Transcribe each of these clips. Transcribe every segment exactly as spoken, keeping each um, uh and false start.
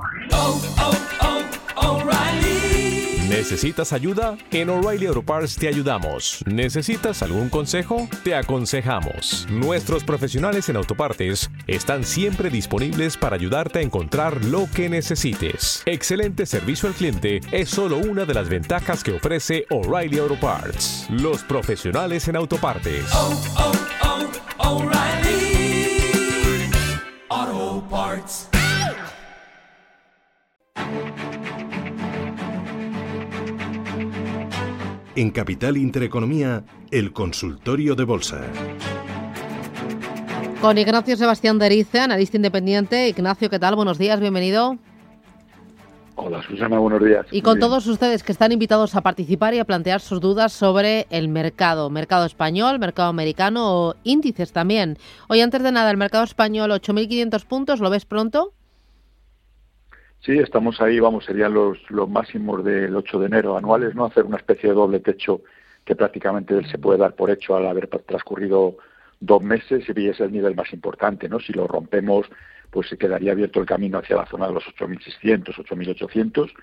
Oh, oh, oh, O'Reilly. ¿Necesitas ayuda? En O'Reilly Auto Parts te ayudamos. ¿Necesitas algún consejo? Te aconsejamos. Nuestros profesionales en autopartes están siempre disponibles para ayudarte a encontrar lo que necesites. Excelente servicio al cliente es solo una de las ventajas que ofrece O'Reilly Auto Parts. Los profesionales en autopartes. Oh, oh, oh, O'Reilly Auto Parts. En Capital Intereconomía, el consultorio de bolsa. Con Ignacio Sebastián de Erice, analista independiente. Ignacio, ¿qué tal? Buenos días, bienvenido. Hola, Susana, buenos días. Y con todos ustedes que están invitados a participar y a plantear sus dudas sobre el mercado, mercado español, mercado americano o índices también. Hoy, antes de nada, el mercado español, ocho mil quinientos puntos, ¿lo ves pronto? Sí, estamos ahí, vamos, serían los, los máximos del ocho de enero anuales, ¿no? Hacer una especie de doble techo que prácticamente se puede dar por hecho al haber transcurrido dos meses y es el nivel más importante, ¿no? Si lo rompemos, pues se quedaría abierto el camino hacia la zona de los ocho mil seiscientos, ocho mil ochocientos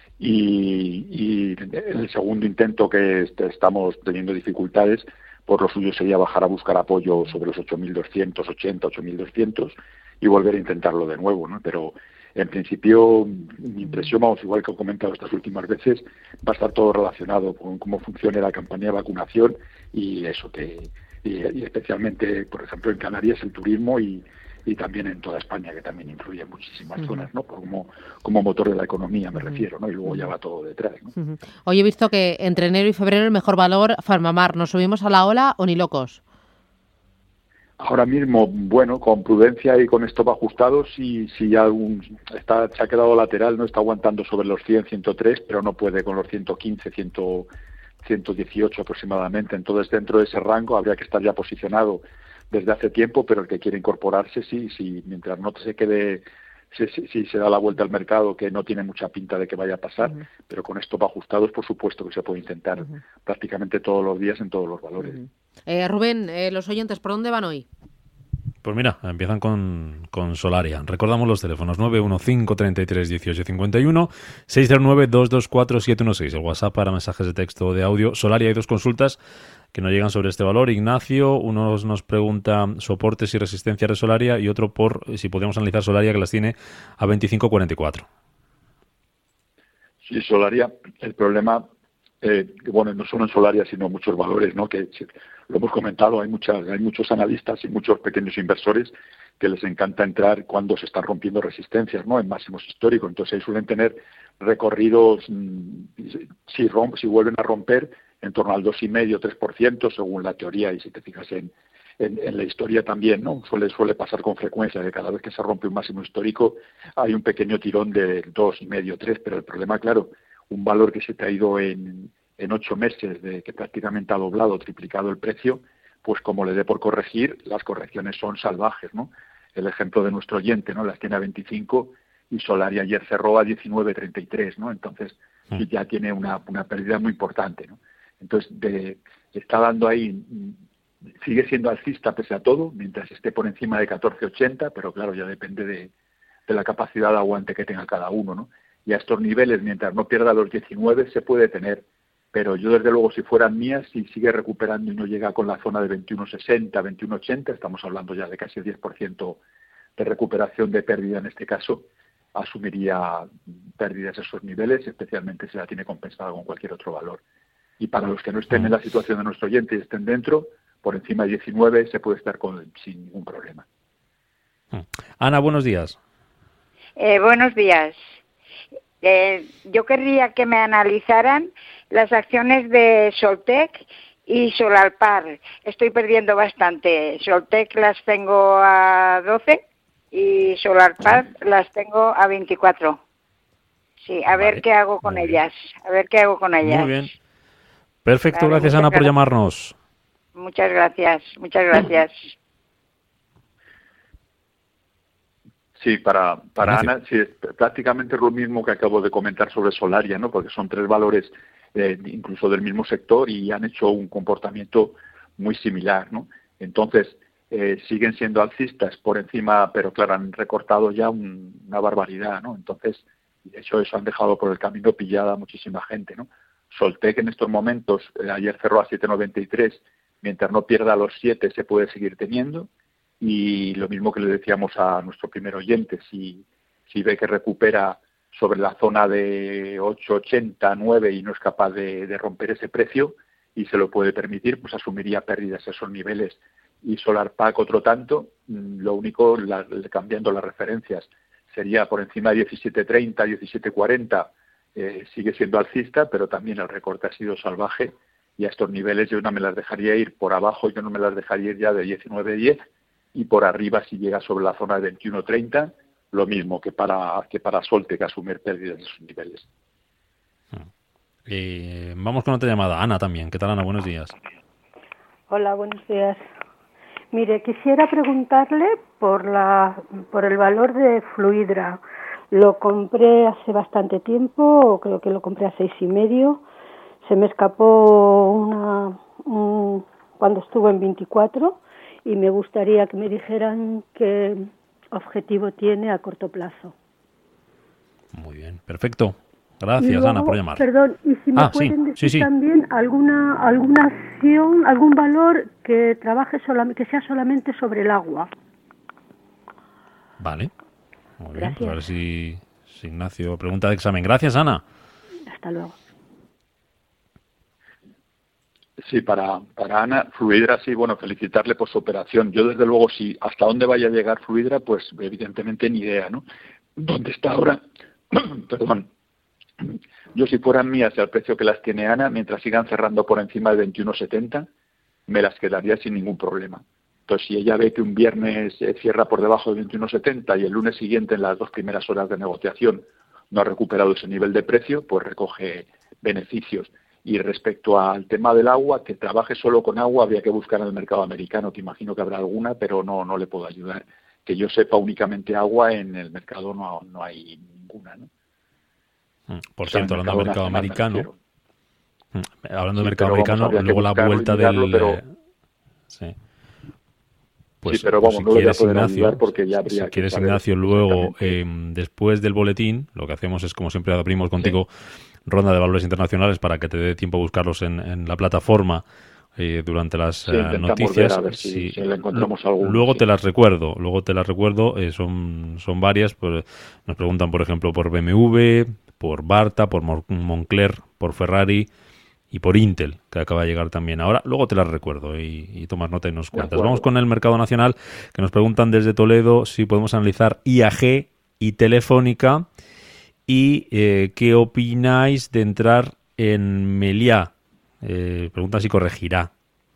y, y el segundo intento que estamos teniendo dificultades, por lo suyo sería bajar a buscar apoyo sobre los ocho mil doscientos ochenta, ocho mil doscientos y volver a intentarlo de nuevo, ¿no? Pero en principio, mi impresión, vamos, igual que he comentado estas últimas veces, va a estar todo relacionado con cómo funcione la campaña de vacunación y eso, que y, y especialmente, por ejemplo, en Canarias, el turismo y, y también en toda España, que también influye en muchísimas uh-huh. zonas, ¿no? Como, como motor de la economía, me uh-huh. refiero, ¿no? Y luego ya va todo detrás, ¿no? Uh-huh. Hoy he visto que entre enero y febrero el mejor valor, Farmamar. ¿Nos subimos a la ola o ni locos? Ahora mismo, bueno, con prudencia y con stop ajustados, si, si ya algún, está, se ha quedado lateral, no está aguantando sobre los cien, ciento tres, pero no puede con los ciento quince, cien, ciento dieciocho aproximadamente. Entonces, dentro de ese rango habría que estar ya posicionado desde hace tiempo, pero el que quiere incorporarse, sí, sí, mientras no se quede, si, si, si se da la vuelta al mercado, que no tiene mucha pinta de que vaya a pasar, uh-huh. pero con stop ajustados, por supuesto que se puede intentar uh-huh. prácticamente todos los días en todos los valores. Uh-huh. Eh, Rubén, eh, los oyentes, ¿por dónde van hoy? Pues mira, empiezan con, con Solaria. Recordamos los teléfonos nueve uno cinco, treinta y tres, dieciocho cincuenta y uno, seis cero nueve, dos dos cuatro, siete uno seis, el WhatsApp para mensajes de texto o de audio. Solaria, hay dos consultas que nos llegan sobre este valor. Ignacio, uno nos pregunta soportes y resistencias de Solaria y otro por si podríamos analizar Solaria, que las tiene a veinticinco cuarenta y cuatro. Sí, Solaria, el problema, eh, bueno, no solo en Solaria, sino muchos valores, ¿no? Que lo hemos comentado, hay muchas, hay muchos analistas y muchos pequeños inversores que les encanta entrar cuando se están rompiendo resistencias, ¿no? En máximos históricos. Entonces ahí suelen tener recorridos, si romp, si vuelven a romper, en torno al dos coma cinco, tres por ciento, según la teoría, y si te fijas en, en, en la historia también, ¿no? Suele, suele pasar con frecuencia que cada vez que se rompe un máximo histórico hay un pequeño tirón de dos coma cinco, tres, pero el problema, claro, un valor que se te ha ido en, en ocho meses, de que prácticamente ha doblado, triplicado el precio, pues como le dé por corregir, las correcciones son salvajes, ¿no? El ejemplo de nuestro oyente, ¿no? Las tiene a veinticinco y Solaria ayer cerró a diecinueve treinta y tres, ¿no? Entonces sí. ya tiene una, una pérdida muy importante, ¿no? Entonces de, está dando ahí, sigue siendo alcista pese a todo, mientras esté por encima de catorce ochenta, pero claro, ya depende de, de la capacidad de aguante que tenga cada uno, ¿no? Y a estos niveles, mientras no pierda los diecinueve, se puede tener. Pero yo, desde luego, si fueran mías, si sigue recuperando y no llega con la zona de veintiuno sesenta, veintiuno ochenta, estamos hablando ya de casi el diez por ciento de recuperación de pérdida en este caso, asumiría pérdidas a esos niveles, especialmente si la tiene compensada con cualquier otro valor. Y para los que no estén en la situación de nuestro oyente y estén dentro, por encima de diecinueve se puede estar con, sin ningún problema. Ana, buenos días. Eh, buenos días. Eh, yo querría que me analizaran las acciones de Soltec y Solarpar. Estoy perdiendo bastante. Soltec las tengo a doce y Solarpar las tengo a veinticuatro. Sí, a ver vale, qué hago con ellas. A ver qué hago con ellas. Muy bien. Perfecto, vale, gracias Ana por llamarnos. Muchas gracias, muchas gracias. Sí, para, para Ana, sí, es prácticamente lo mismo que acabo de comentar sobre Solaria, ¿no? Porque son tres valores eh, incluso del mismo sector y han hecho un comportamiento muy similar, ¿no? Entonces, eh, siguen siendo alcistas por encima, pero claro, han recortado ya un, una barbaridad, ¿no? Entonces, de hecho, eso han dejado por el camino pillada a muchísima gente, ¿no? Soltec en estos momentos, eh, ayer cerró a siete noventa y tres, mientras no pierda los siete se puede seguir teniendo, y lo mismo que le decíamos a nuestro primer oyente, si, si ve que recupera sobre la zona de ocho ochenta, nueve y no es capaz de, de romper ese precio y se lo puede permitir, pues asumiría pérdidas a esos niveles. Y SolarPac otro tanto, lo único, la, cambiando las referencias, sería por encima de diecisiete treinta, diecisiete cuarenta, eh, sigue siendo alcista, pero también el recorte ha sido salvaje y a estos niveles yo no me las dejaría ir por abajo, yo no me las dejaría ir ya de diecinueve diez y por arriba si llega sobre la zona de veintiuno treinta, lo mismo que para que para Soltec asumir pérdidas de esos niveles. Eh, vamos con otra llamada. Ana también. ¿Qué tal, Ana? Buenos días. Hola, buenos días. Mire, quisiera preguntarle por la por el valor de Fluidra. Lo compré hace bastante tiempo, creo que lo compré a seis y medio. Se me escapó una un, cuando estuvo en veinticuatro y me gustaría que me dijeran qué objetivo tiene a corto plazo. Muy bien, perfecto. Gracias, luego, Ana, por llamar. Perdón, y si me ah, pueden sí, decir sí, sí. también alguna alguna acción, algún valor que trabaje solamente, que sea solamente sobre el agua. Vale. Muy bien, Gracias. pues a ver si, si Ignacio pregunta de examen. Gracias, Ana. Hasta luego. Sí, para, para Ana, Fluidra, sí, bueno, felicitarle por su operación. Yo, desde luego, sí, hasta dónde vaya a llegar Fluidra, pues evidentemente ni idea, ¿no? ¿Dónde está ahora? Perdón. Yo, si fueran mías al precio que las tiene Ana, mientras sigan cerrando por encima de veintiuno setenta, me las quedaría sin ningún problema. Entonces, si ella ve que un viernes eh, cierra por debajo de veintiuno setenta y el lunes siguiente, en las dos primeras horas de negociación, no ha recuperado ese nivel de precio, pues recoge beneficios. Y respecto al tema del agua, que trabaje solo con agua, habría que buscar en el mercado americano, que imagino que habrá alguna, pero no no le puedo ayudar. Que yo sepa, únicamente agua, en el mercado no, no hay ninguna, ¿no? Por o sea, cierto, hablando del mercado americano, hablando del sí, mercado americano, luego la vuelta mirarlo, del... Pero... Sí. Pues, sí, pero pues vamos, si no lo voy a quieres, poder Ignacio, ayudar porque ya habría si que quieres, saber Ignacio, luego, eh, después del boletín, lo que hacemos es, como siempre, abrimos contigo sí. ronda de valores internacionales para que te dé tiempo a buscarlos en, en la plataforma eh, durante las sí, eh, noticias. Ver a ver si, si, si le encontramos alguno, luego sí. te las recuerdo, luego te las recuerdo, eh, son, son varias. Pues, nos preguntan, por ejemplo, por B M W, por Barta, por Moncler, por Ferrari y por Intel, que acaba de llegar también ahora. Luego te las recuerdo y, y tomas nota y nos cuentas. Vamos con el mercado nacional, que nos preguntan desde Toledo si podemos analizar I A G y Telefónica y eh, qué opináis de entrar en Meliá. Eh, pregunta si corregirá.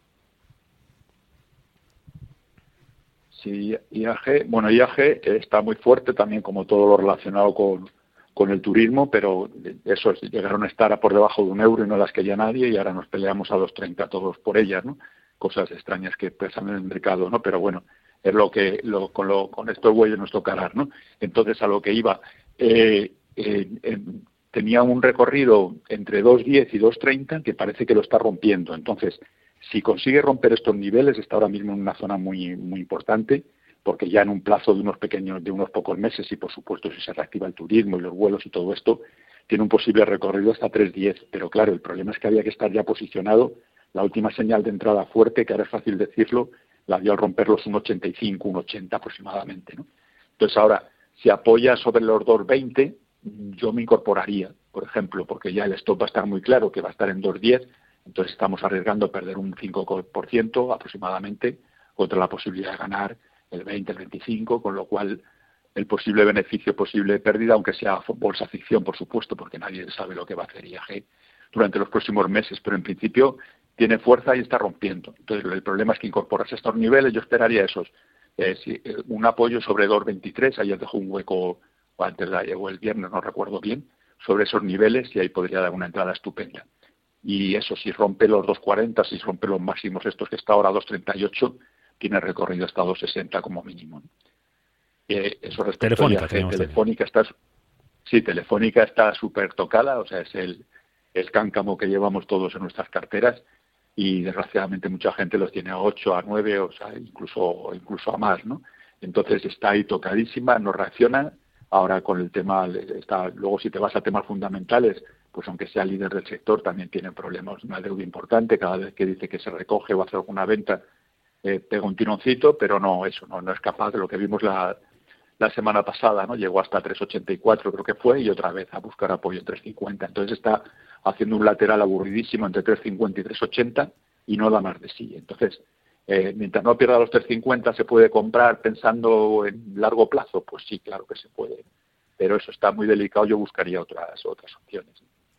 Sí, I A G, bueno, I A G está muy fuerte también, como todo lo relacionado con con el turismo, pero eso llegaron a estar a por debajo de un euro y no las quería nadie y ahora nos peleamos a dos treinta todos por ellas, ¿no? Cosas extrañas que pesan en el mercado, ¿no? Pero bueno, es lo que lo, con, lo, con estos bueyes nos tocará, ¿no? Entonces, a lo que iba, eh, eh, eh, tenía un recorrido entre dos diez y dos treinta que parece que lo está rompiendo. Entonces, si consigue romper estos niveles, está ahora mismo en una zona muy muy importante, porque ya en un plazo de unos pequeños, de unos pocos meses, y por supuesto si se reactiva el turismo y los vuelos y todo esto, tiene un posible recorrido hasta tres diez. Pero claro, el problema es que había que estar ya posicionado. La última señal de entrada fuerte, que ahora es fácil decirlo, la dio al romper los uno ochenta y cinco, uno ochenta aproximadamente, ¿no? Entonces ahora, si apoya sobre los dos veinte, yo me incorporaría, por ejemplo, porque ya el stop va a estar muy claro, que va a estar en dos diez, entonces estamos arriesgando perder un cinco por ciento aproximadamente, contra la posibilidad de ganar el veinte, el veinticinco, con lo cual el posible beneficio, posible pérdida, aunque sea bolsa ficción, por supuesto, porque nadie sabe lo que va a hacer I A G durante los próximos meses, pero en principio tiene fuerza y está rompiendo. Entonces, el problema es que incorporarse a estos niveles, yo esperaría esos, eh, si, eh, un apoyo sobre dos veintitrés, ayer dejó un hueco, o antes de llegó el viernes, no recuerdo bien, sobre esos niveles y ahí podría dar una entrada estupenda. Y eso, si rompe los dos cuarenta, si rompe los máximos estos que está ahora a dos treinta y ocho, tiene recorrido hasta dos sesenta como mínimo. Eh, eso respecto Telefónica, a I A G, Telefónica está, sí, Telefónica está súper tocada, o sea, es el, el cáncamo que llevamos todos en nuestras carteras. y desgraciadamente mucha gente los tiene a ocho, a nueve, o sea, incluso incluso a más, ¿no? Entonces está ahí tocadísima, no reacciona. Ahora con el tema, está, luego si te vas a temas fundamentales, pues aunque sea líder del sector, también tiene problemas, una deuda importante. Cada vez que dice que se recoge o hace alguna venta, eh, pega un tironcito, pero no, eso, no, no es capaz de lo que vimos la, la semana pasada, ¿no? Llegó hasta tres ochenta y cuatro, creo que fue, y otra vez a buscar apoyo en tres cincuenta. Entonces está haciendo un lateral aburridísimo entre tres cincuenta y tres ochenta y no da más de sí. Entonces, eh, mientras no pierda los tres cincuenta, ¿se puede comprar pensando en largo plazo? Pues sí, claro que se puede. Pero eso está muy delicado, yo buscaría otras otras opciones.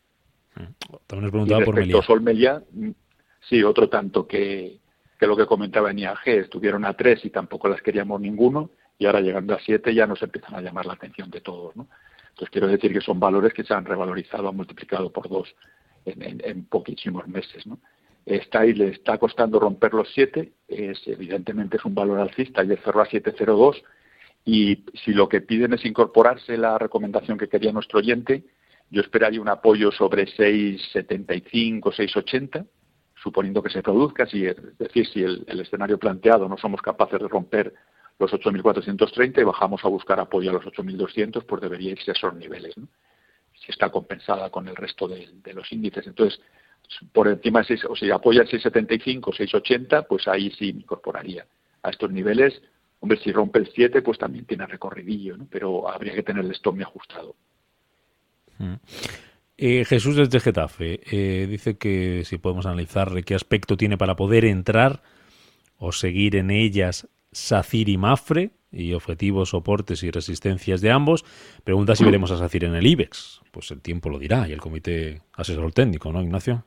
También nos preguntaba por Meliá. Sol Meliá, sí, otro tanto que, que lo que comentaba en I A G, estuvieron a tres y tampoco las queríamos ninguno, y ahora llegando a siete ya nos empiezan a llamar la atención de todos, ¿no? Entonces quiero decir que son valores que se han revalorizado, han multiplicado por dos en, en, en poquísimos meses, ¿no? Está ahí, le está costando romper los siete, es, evidentemente es un valor alcista, ayer cerró a siete cero dos, y si lo que piden es incorporarse la recomendación que quería nuestro oyente, yo esperaría un apoyo sobre seis setenta y cinco, seis ochenta, suponiendo que se produzca, si, es decir, si el, el escenario planteado no somos capaces de romper los ocho mil cuatrocientos treinta y bajamos a buscar apoyo a los ocho mil doscientos, pues debería irse a esos niveles, ¿no? Si está compensada con el resto de, de los índices. Entonces, por encima de seis, o si apoya el seis setenta y cinco, seis ochenta, pues ahí sí me incorporaría a estos niveles. Hombre, si rompe el siete, pues también tiene recorridillo, ¿no? Pero habría que tener el stop muy ajustado. Mm. Eh, Jesús desde Getafe eh, dice que si podemos analizar qué aspecto tiene para poder entrar o seguir en ellas SACIR y MAPFRE, y objetivos, soportes y resistencias de ambos. Pregunta si veremos a SACIR en el IBEX. Pues el tiempo lo dirá, y el comité asesor técnico, ¿no, Ignacio?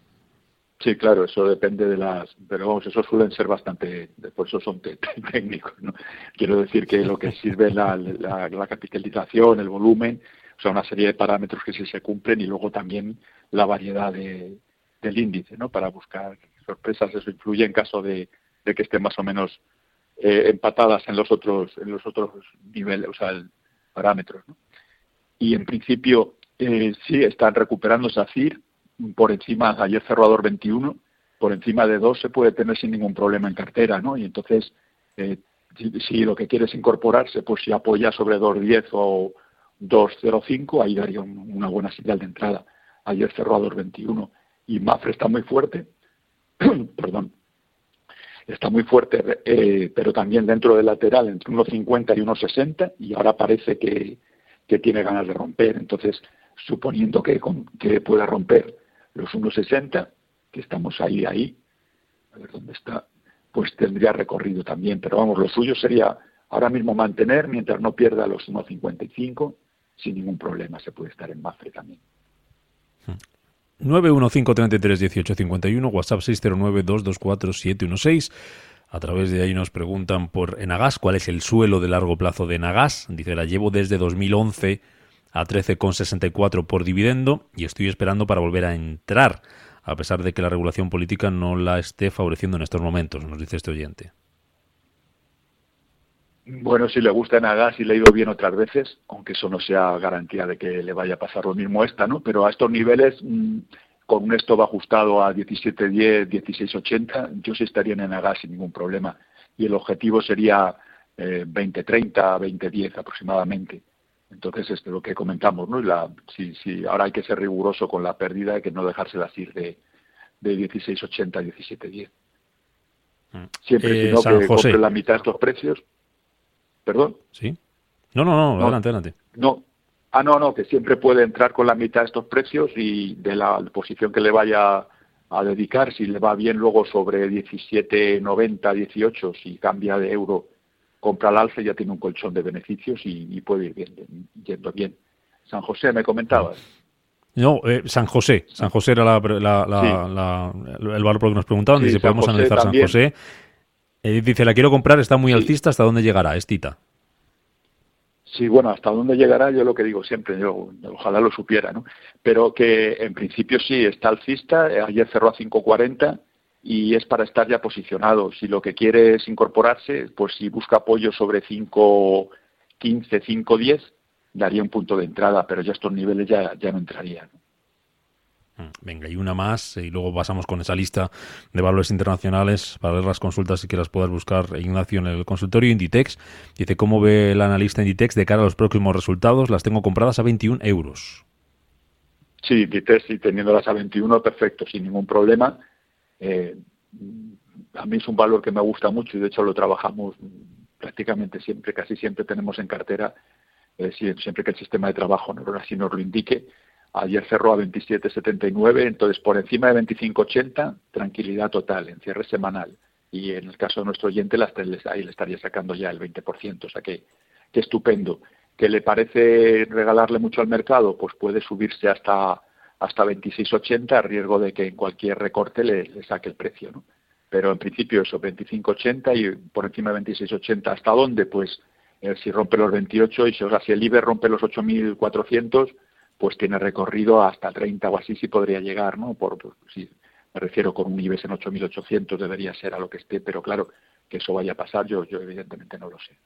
Sí, claro, eso depende de las... Pero vamos, esos suelen ser bastante... Por eso son te, te, técnicos, ¿no? Quiero decir que lo que sirve es la, la, la capitalización, el volumen, o sea, una serie de parámetros que sí se cumplen, y luego también la variedad de, del índice, ¿no? Para buscar sorpresas. Eso influye en caso de, de que estén más o menos eh, empatadas en los otros en los otros niveles, o sea, el, parámetros, ¿no? Y en principio eh, sí están recuperando SACIR por encima, ayer cerró a dos veintiuno, por encima de dos se puede tener sin ningún problema en cartera, ¿no? Y entonces, eh, si, si lo que quieres incorporarse, pues si apoya sobre dos diez o dos cero cinco, ahí daría un, una buena señal de entrada. Ayer cerró a dos veintiuno y MAPFRE está muy fuerte, perdón, está muy fuerte, eh, pero también dentro del lateral, entre uno cincuenta y uno sesenta, y ahora parece que, que tiene ganas de romper. Entonces, suponiendo que, que pueda romper los uno sesenta, que estamos ahí, ahí, a ver dónde está, pues tendría recorrido también. Pero vamos, lo suyo sería ahora mismo mantener mientras no pierda los uno cincuenta y cinco, sin ningún problema se puede estar en MAPFRE también. nueve uno cinco, treinta y tres, dieciocho cincuenta y uno, WhatsApp seis cero nueve, dos dos cuatro, siete uno seis. A través de ahí nos preguntan por Enagas, ¿cuál es el suelo de largo plazo de Enagas? Dice, la llevo desde dos mil once a trece coma sesenta y cuatro por dividendo y estoy esperando para volver a entrar, a pesar de que la regulación política no la esté favoreciendo en estos momentos, nos dice este oyente. Bueno, si le gusta Enagas y le ha ido bien otras veces, aunque eso no sea garantía de que le vaya a pasar lo mismo esta, ¿no? Pero a estos niveles, mmm, con un stop ajustado a diecisiete diez, dieciséis ochenta, yo sí estaría en Enagas sin ningún problema. Y el objetivo sería eh, veinte treinta, veinte diez aproximadamente. Entonces, esto es lo que comentamos, ¿no? Y la, si, si ahora hay que ser riguroso con la pérdida, hay que no dejárselas ir de, de dieciséis ochenta a diecisiete diez. Siempre, eh, sino San que José. compre la mitad de estos precios. ¿Perdón? ¿Sí? No, no, no, no, adelante, adelante. No. Ah, no, no, que siempre puede entrar con la mitad de estos precios y de la posición que le vaya a dedicar, si le va bien luego sobre diecisiete noventa, dieciocho, si cambia de euro, compra al alza y ya tiene un colchón de beneficios y, y puede ir bien, yendo bien. San José, ¿me comentabas? No, eh, San José. San José era la, la, la, Sí. la, el valor por el que nos preguntaban. Sí, Dice, San podemos José analizar también. San José. Eh, dice, la quiero comprar, está muy Sí. alcista, ¿hasta dónde llegará? Es Tita. Sí, bueno, hasta dónde llegará, yo lo que digo siempre, yo ojalá lo supiera, ¿no? Pero que en principio sí, está alcista, ayer cerró a cinco cuarenta y es para estar ya posicionado. Si lo que quiere es incorporarse, pues si busca apoyo sobre cinco quince, cinco diez, daría un punto de entrada, pero ya estos niveles ya, ya no entraría, ¿no? Venga, y una más, y luego pasamos con esa lista de valores internacionales para ver las consultas y que las puedas buscar, Ignacio, en el consultorio. Inditex dice: ¿cómo ve el analista Inditex de cara a los próximos resultados? Las tengo compradas a veintiún euros. Sí, Inditex, y teniéndolas a veintiuno, perfecto, sin ningún problema. Eh, a mí es un valor que me gusta mucho y de hecho lo trabajamos prácticamente siempre, casi siempre tenemos en cartera, eh, siempre que el sistema de trabajo no, así nos lo indique. Ayer cerró a veintisiete setenta y nueve, entonces por encima de veinticinco ochenta, tranquilidad total en cierre semanal. Y en el caso de nuestro oyente, las tres, ahí le estaría sacando ya el veinte por ciento, o sea que, que estupendo. ¿Que le parece regalarle mucho al mercado? Pues puede subirse hasta hasta veintiséis ochenta, a riesgo de que en cualquier recorte le, le saque el precio, ¿no? Pero en principio eso, veinticinco ochenta y por encima de veintiséis ochenta. ¿Hasta dónde? Pues eh, si rompe los veintiocho, y si, o sea, si el I B E rompe los ocho mil cuatrocientos, pues tiene recorrido hasta treinta o así, sí podría llegar, ¿no? Por, por sí, me refiero, con un I B E S en ocho mil ochocientos debería ser a lo que esté, pero claro, que eso vaya a pasar, yo, yo evidentemente no lo sé.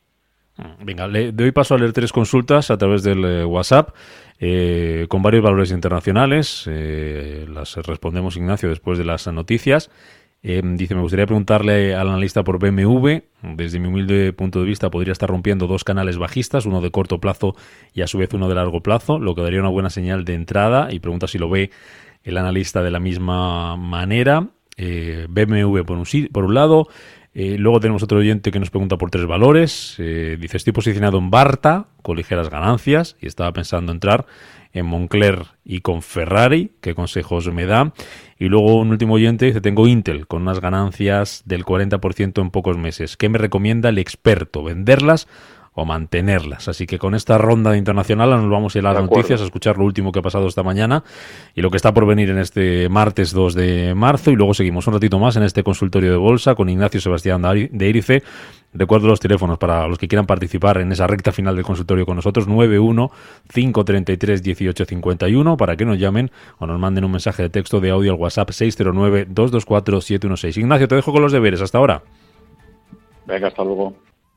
Venga, le doy paso a leer tres consultas a través del eh, WhatsApp eh, con varios valores internacionales. Eh, las respondemos, Ignacio, después de las noticias. Eh, dice: me gustaría preguntarle al analista por B M W. Desde mi humilde punto de vista, podría estar rompiendo dos canales bajistas, uno de corto plazo y a su vez uno de largo plazo, lo que daría una buena señal de entrada, y pregunta si lo ve el analista de la misma manera. Eh, B M W por un, por un lado. Eh, luego tenemos otro oyente que nos pregunta por tres valores. Eh, dice: estoy posicionado en Barta con ligeras ganancias y estaba pensando entrar en Moncler y con Ferrari. ¿Qué consejos me da? Y luego un último oyente dice: tengo Intel con unas ganancias del cuarenta por ciento en pocos meses. ¿Qué me recomienda el experto? ¿Venderlas o mantenerlas? Así que con esta ronda de internacional nos vamos a ir a las noticias, a escuchar lo último que ha pasado esta mañana y lo que está por venir en este martes dos de marzo, y luego seguimos un ratito más en este consultorio de bolsa con Ignacio Sebastián de Irice. Recuerdo los teléfonos para los que quieran participar en esa recta final del consultorio con nosotros: nueve uno cinco tres tres uno ocho cinco uno, para que nos llamen o nos manden un mensaje de texto de audio al WhatsApp seis cero nueve dos dos cuatro siete uno seis. Ignacio, te dejo con los deberes. Hasta ahora. Venga, hasta luego.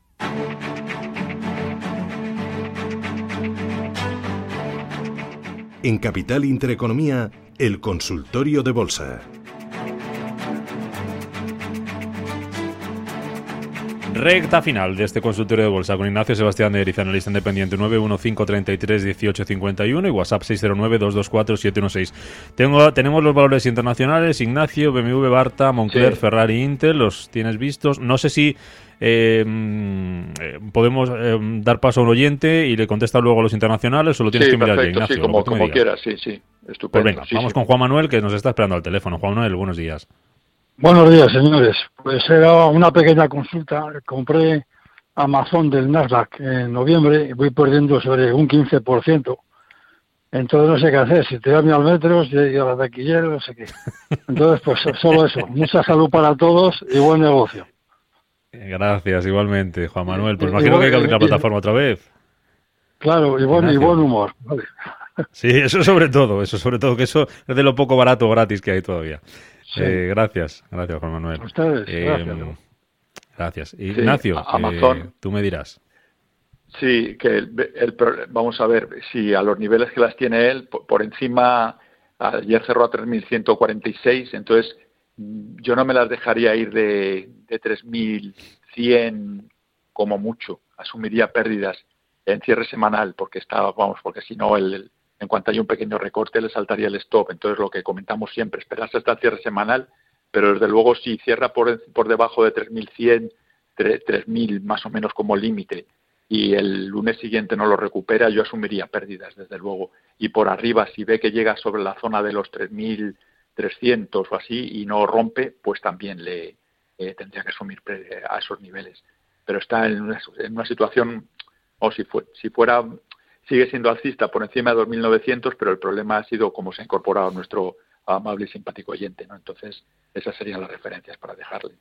En Capital Intereconomía, el consultorio de bolsa. Recta final de este consultorio de bolsa con Ignacio Sebastián de Irice, analista independiente. Nueve uno cinco tres tres uno ocho cinco uno y WhatsApp seis cero nueve dos dos cuatro siete uno seis. Tengo, tenemos los valores internacionales: Ignacio, B M W, Barta, Moncler, sí. Ferrari, Intel. Los tienes vistos. No sé si eh, eh, podemos eh, dar paso a un oyente y le contesta luego a los internacionales, o lo tienes sí, que mirar perfecto, ya, Ignacio. Sí, como, como quieras, sí, sí. Estupendo. Pues venga, sí, vamos sí. con Juan Manuel, que nos está esperando al teléfono. Juan Manuel, buenos días. Buenos días, señores. Pues era una pequeña consulta. Compré Amazon del Nasdaq en noviembre y voy perdiendo sobre un quince por ciento. Entonces no sé qué hacer, si tirarme al metro, si ir a la taquillera, no sé qué. Entonces, pues solo eso. Mucha salud para todos y buen negocio. Gracias, igualmente, Juan Manuel. Pues imagino que hay que abrir la plataforma otra vez. Claro, y buen, y buen humor. Vale. Sí, eso sobre todo, eso sobre todo, que eso es de lo poco barato o gratis que hay todavía. Sí. Eh, gracias, gracias, Juan Manuel. A ustedes, eh, gracias. Gracias. Sí, Ignacio, Amazon. Eh, tú me dirás. Sí, que el, el, vamos a ver, si a los niveles que las tiene él, por, por encima, ayer cerró a tres mil ciento cuarenta y seis, entonces yo no me las dejaría ir de, de tres mil cien como mucho, asumiría pérdidas en cierre semanal, porque está, vamos, porque si no, el, el, en cuanto hay un pequeño recorte le saltaría el stop. Entonces lo que comentamos siempre, esperarse hasta el cierre semanal, pero desde luego si cierra por, por debajo de tres mil cien, tres mil más o menos como límite, y el lunes siguiente no lo recupera, yo asumiría pérdidas, desde luego. Y por arriba, si ve que llega sobre la zona de los tres mil trescientos o así y no rompe, pues también le eh, tendría que asumir a esos niveles. Pero está en una, en una situación, o si, fue, si fuera, sigue siendo alcista por encima de dos mil novecientos, pero el problema ha sido cómo se ha incorporado nuestro amable y simpático oyente, ¿no? Entonces, esas serían las referencias para dejarle.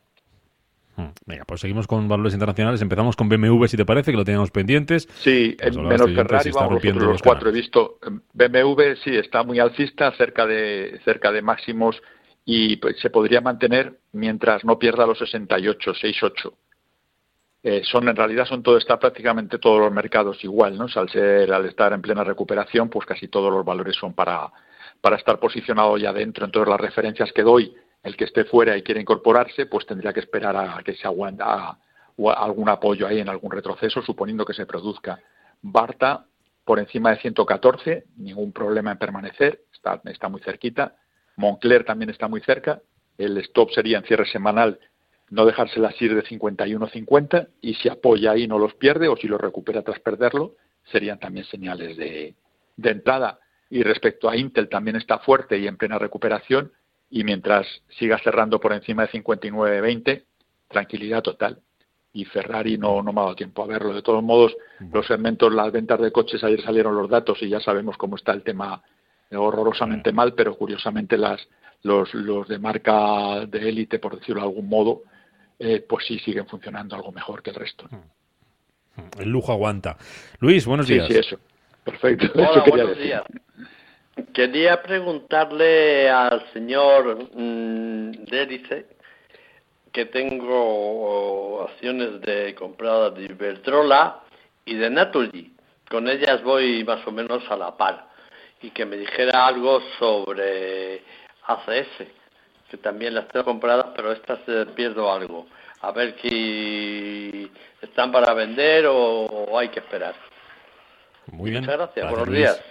Venga, pues seguimos con valores internacionales. Empezamos con B M W, si te parece, que lo teníamos pendientes. Sí, pues menos Ferrari, vamos, los, los cuatro he visto. B M W sí está muy alcista, cerca de cerca de máximos, y pues, se podría mantener mientras no pierda los sesenta y ocho, sesenta y ocho. Eh, son en realidad son todo está prácticamente todos los mercados igual, ¿no? O sea, al ser al estar en plena recuperación, pues casi todos los valores son para para estar posicionado ya dentro. Entonces las referencias que doy, el que esté fuera y quiere incorporarse, pues tendría que esperar a que se aguanta a, a algún apoyo ahí en algún retroceso, suponiendo que se produzca. Barta por encima de ciento catorce, ningún problema en permanecer, está, está muy cerquita. Moncler también está muy cerca. El stop sería en cierre semanal no dejárselas ir de cincuenta y uno cincuenta, y si apoya ahí no los pierde, o si los recupera tras perderlo, serían también señales de, de entrada. Y respecto a Intel, también está fuerte y en plena recuperación, y mientras siga cerrando por encima de cincuenta y nueve veinte, tranquilidad total. Y Ferrari no, no me ha dado tiempo a verlo. De todos modos, los segmentos, las ventas de coches, ayer salieron los datos y ya sabemos cómo está el tema horrorosamente mal, pero curiosamente las los, los de marca de élite, por decirlo de algún modo, eh, pues sí siguen funcionando algo mejor que el resto. El lujo aguanta. Luis, buenos días. Sí, sí, eso. Perfecto. Hola, eso quería buenos decir. días. Quería preguntarle al señor mmm, Derice, que tengo acciones de compradas de Iberdrola y de Naturgy. Con ellas voy más o menos a la par. Y que me dijera algo sobre A C S, que también las tengo compradas, pero estas eh, pierdo algo. A ver si están para vender o, o hay que esperar. Muy bien. Muchas gracias. Gracias, Buenos Luis. días.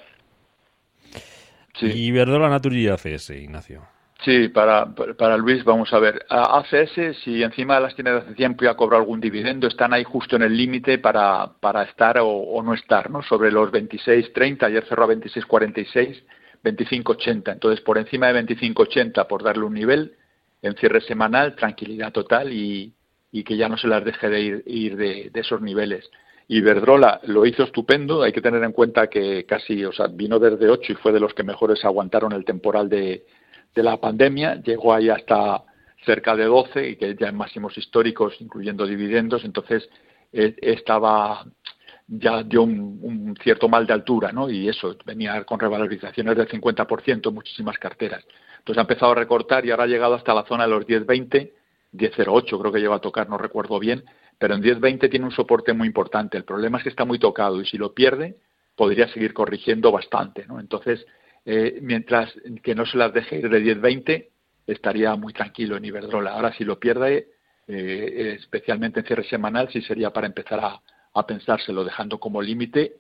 Sí. Iberdrola, Naturgy y A C S, Ignacio. Sí, para, para Luis, vamos a ver. A C S, si encima las tiene de hace tiempo y ha cobrado algún dividendo, están ahí justo en el límite para, para estar o, o no estar, ¿no? Sobre los veintiséis treinta, ayer cerró a veintiséis cuarenta y seis, veinticinco ochenta. Entonces, por encima de veinticinco ochenta, por darle un nivel, en cierre semanal, tranquilidad total y, y que ya no se las deje de ir, ir de, de esos niveles. Iberdrola lo hizo estupendo, hay que tener en cuenta que casi, o sea, vino desde ocho y fue de los que mejores aguantaron el temporal de de la pandemia, llegó ahí hasta cerca de doce, y que ya en máximos históricos, incluyendo dividendos, entonces eh, estaba, ya dio un, un cierto mal de altura, ¿no? Y eso, venía con revalorizaciones del cincuenta por ciento en muchísimas carteras. Entonces ha empezado a recortar y ahora ha llegado hasta la zona de los diez veinte, diez cero ocho creo que lleva a tocar, no recuerdo bien, pero en diez veinte tiene un soporte muy importante. El problema es que está muy tocado y si lo pierde, podría seguir corrigiendo bastante, ¿no? Entonces, Eh, mientras que no se las deje ir de diez veinte, estaría muy tranquilo en Iberdrola. Ahora, si lo pierde, eh, especialmente en cierre semanal, sí sería para empezar a, a pensárselo, dejando como límite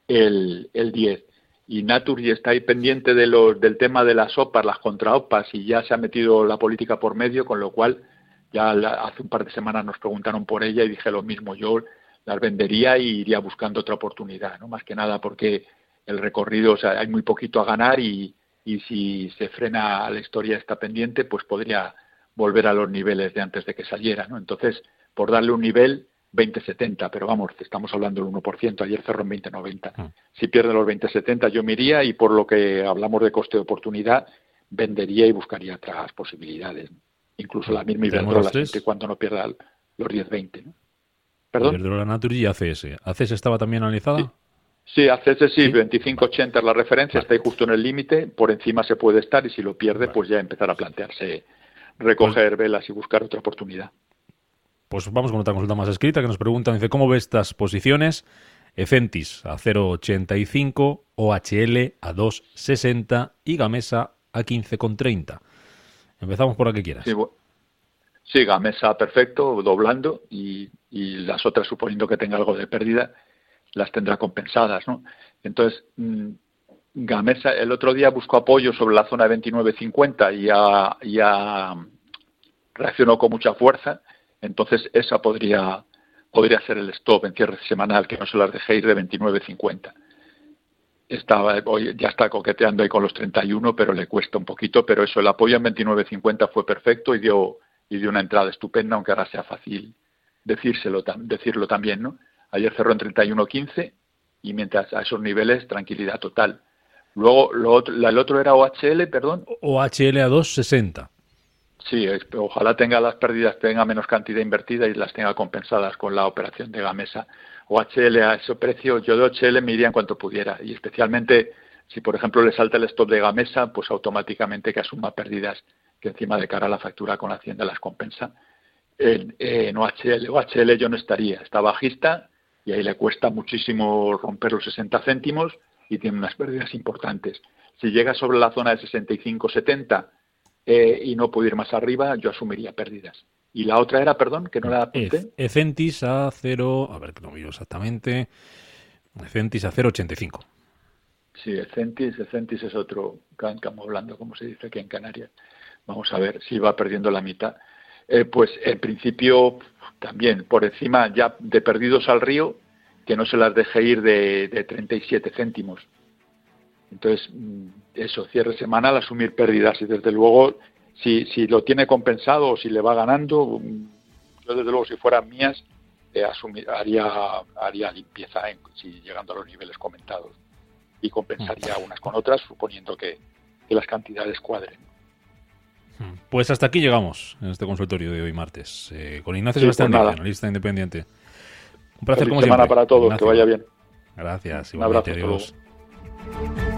el, el diez. Y Naturgy está ahí pendiente de los, del tema de las O P As, las contra O P As, y ya se ha metido la política por medio, con lo cual ya la, hace un par de semanas nos preguntaron por ella y dije lo mismo. Yo las vendería y iría buscando otra oportunidad, ¿no? Más que nada porque el recorrido, o sea, hay muy poquito a ganar y, y si se frena la historia está pendiente, pues podría volver a los niveles de antes de que saliera, ¿no? Entonces, por darle un nivel, veinte setenta, pero vamos, estamos hablando del uno por ciento, ayer cerró en veinte noventa. Mm. Si pierde los veinte setenta yo me iría y por lo que hablamos de coste de oportunidad, vendería y buscaría otras posibilidades, incluso la misma Iberdrola, siempre y cuando no pierda los diez veinte, ¿no? ¿Perdón? Iberdrola, Naturgy y A C S. ¿A C S estaba también analizada? Sí. Sí, A C S sí, ¿Sí? veinticinco ochenta es la referencia, vale. Está ahí justo en el límite, por encima se puede estar y si lo pierde, vale. Pues ya empezar a plantearse recoger pues, velas y buscar otra oportunidad. Pues vamos con otra consulta más escrita que nos preguntan, dice, ¿cómo ve estas posiciones? Ecentis a cero coma ochenta y cinco, O H L a dos coma sesenta y Gamesa a quince coma treinta. Empezamos por la que quieras. Sí, bueno. Sí, Gamesa perfecto, doblando y, y las otras suponiendo que tenga algo de pérdida las tendrá compensadas, ¿no? Entonces, mmm, Gamesa el otro día buscó apoyo sobre la zona de veintinueve cincuenta y ya, ya reaccionó con mucha fuerza, entonces esa podría podría ser el stop en cierre semanal, que no se las deje ir de veintinueve cincuenta. Estaba, hoy ya está coqueteando ahí con los treinta y uno, pero le cuesta un poquito, pero eso, el apoyo en veintinueve cincuenta fue perfecto y dio y dio una entrada estupenda, aunque ahora sea fácil decírselo, decirlo también, ¿no? Ayer cerró en treinta y uno quince y mientras a esos niveles, tranquilidad total. Luego, lo otro, el otro era O H L, perdón. O H L a dos coma sesenta. Sí, ojalá tenga las pérdidas, tenga menos cantidad invertida y las tenga compensadas con la operación de Gamesa. O H L a ese precio, yo de O H L me iría en cuanto pudiera. Y especialmente, si por ejemplo le salta el stop de Gamesa, pues automáticamente que asuma pérdidas que encima de cara a la factura con Hacienda las compensa. En, en O H L, O H L yo no estaría, está bajista, y ahí le cuesta muchísimo romper los sesenta céntimos y tiene unas pérdidas importantes. Si llega sobre la zona de sesenta y cinco setenta eh, y no puede ir más arriba, yo asumiría pérdidas. Y la otra era, perdón, que no la apunté. Ecentis a cero, a ver que lo miro exactamente. Ecentis a cero coma ochenta y cinco. Sí, Ecentis, Ecentis es otro can camo blando, como se dice aquí en Canarias. Vamos a ver si va perdiendo la mitad. Eh, pues en principio también por encima ya de perdidos al río, que no se las deje ir de, de treinta y siete céntimos. Entonces, eso, cierre semanal, asumir pérdidas y desde luego, si, si lo tiene compensado o si le va ganando, yo desde luego si fueran mías, eh, asumir, haría, haría limpieza en, si llegando a los niveles comentados y compensaría unas con otras, suponiendo que, que las cantidades cuadren. Pues hasta aquí llegamos en este consultorio de hoy martes, eh, con Ignacio Sí, Sebastián, pues analista independiente. Un placer Feliz como semana siempre. para todos, Ignacio. Que vaya bien. Gracias, Un abrazo, igualmente, hasta adiós. luego.